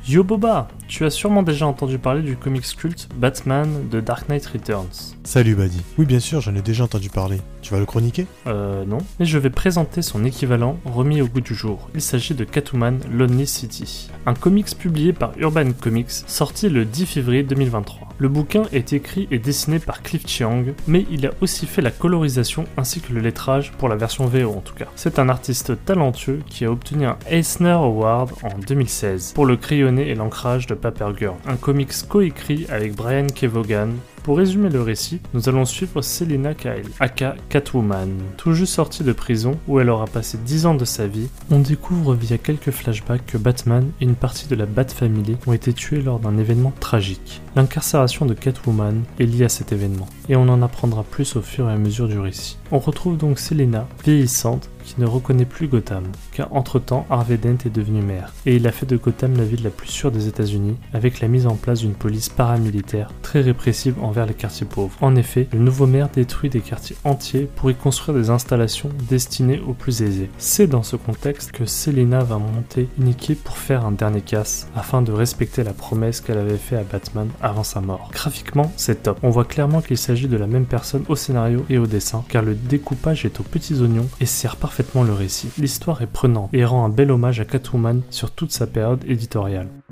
Yo Boba, tu as sûrement déjà entendu parler du comics culte Batman de Dark Knight Returns. Salut Buddy. Oui bien sûr, j'en ai déjà entendu parler. Tu vas le chroniquer? Non. Mais je vais présenter son équivalent remis au goût du jour. Il s'agit de Catwoman Lonely City. Un comics publié par Urban Comics, sorti le 10 février 2023. Le bouquin est écrit et dessiné par Cliff Chiang, mais il a aussi fait la colorisation ainsi que le lettrage pour la version VO en tout cas. C'est un artiste talentueux qui a obtenu un Eisner Award en 2016 pour le crayonné et l'ancrage de Paper Girl, un comics coécrit avec Brian Kevogan. Pour résumer le récit, nous allons suivre Selina Kyle, aka Catwoman. Tout juste sortie de prison, où elle aura passé 10 ans de sa vie, on découvre via quelques flashbacks que Batman et une partie de la Bat Family ont été tués lors d'un événement tragique. L'incarcération de Catwoman est liée à cet événement, et on en apprendra plus au fur et à mesure du récit. On retrouve donc Selina, vieillissante, qui ne reconnaît plus Gotham, car entre-temps Harvey Dent est devenu maire, et il a fait de Gotham la ville la plus sûre des États-Unis, avec la mise en place d'une police paramilitaire très répressive envers les quartiers pauvres. En effet, le nouveau maire détruit des quartiers entiers pour y construire des installations destinées aux plus aisés. C'est dans ce contexte que Selina va monter une équipe pour faire un dernier casse, afin de respecter la promesse qu'elle avait faite à Batman avant sa mort. Graphiquement, c'est top. On voit clairement qu'il s'agit de la même personne au scénario et au dessin, car le découpage est aux petits oignons et sert parfaitement le récit. L'histoire est prenante et rend un bel hommage à Catwoman sur toute sa période éditoriale.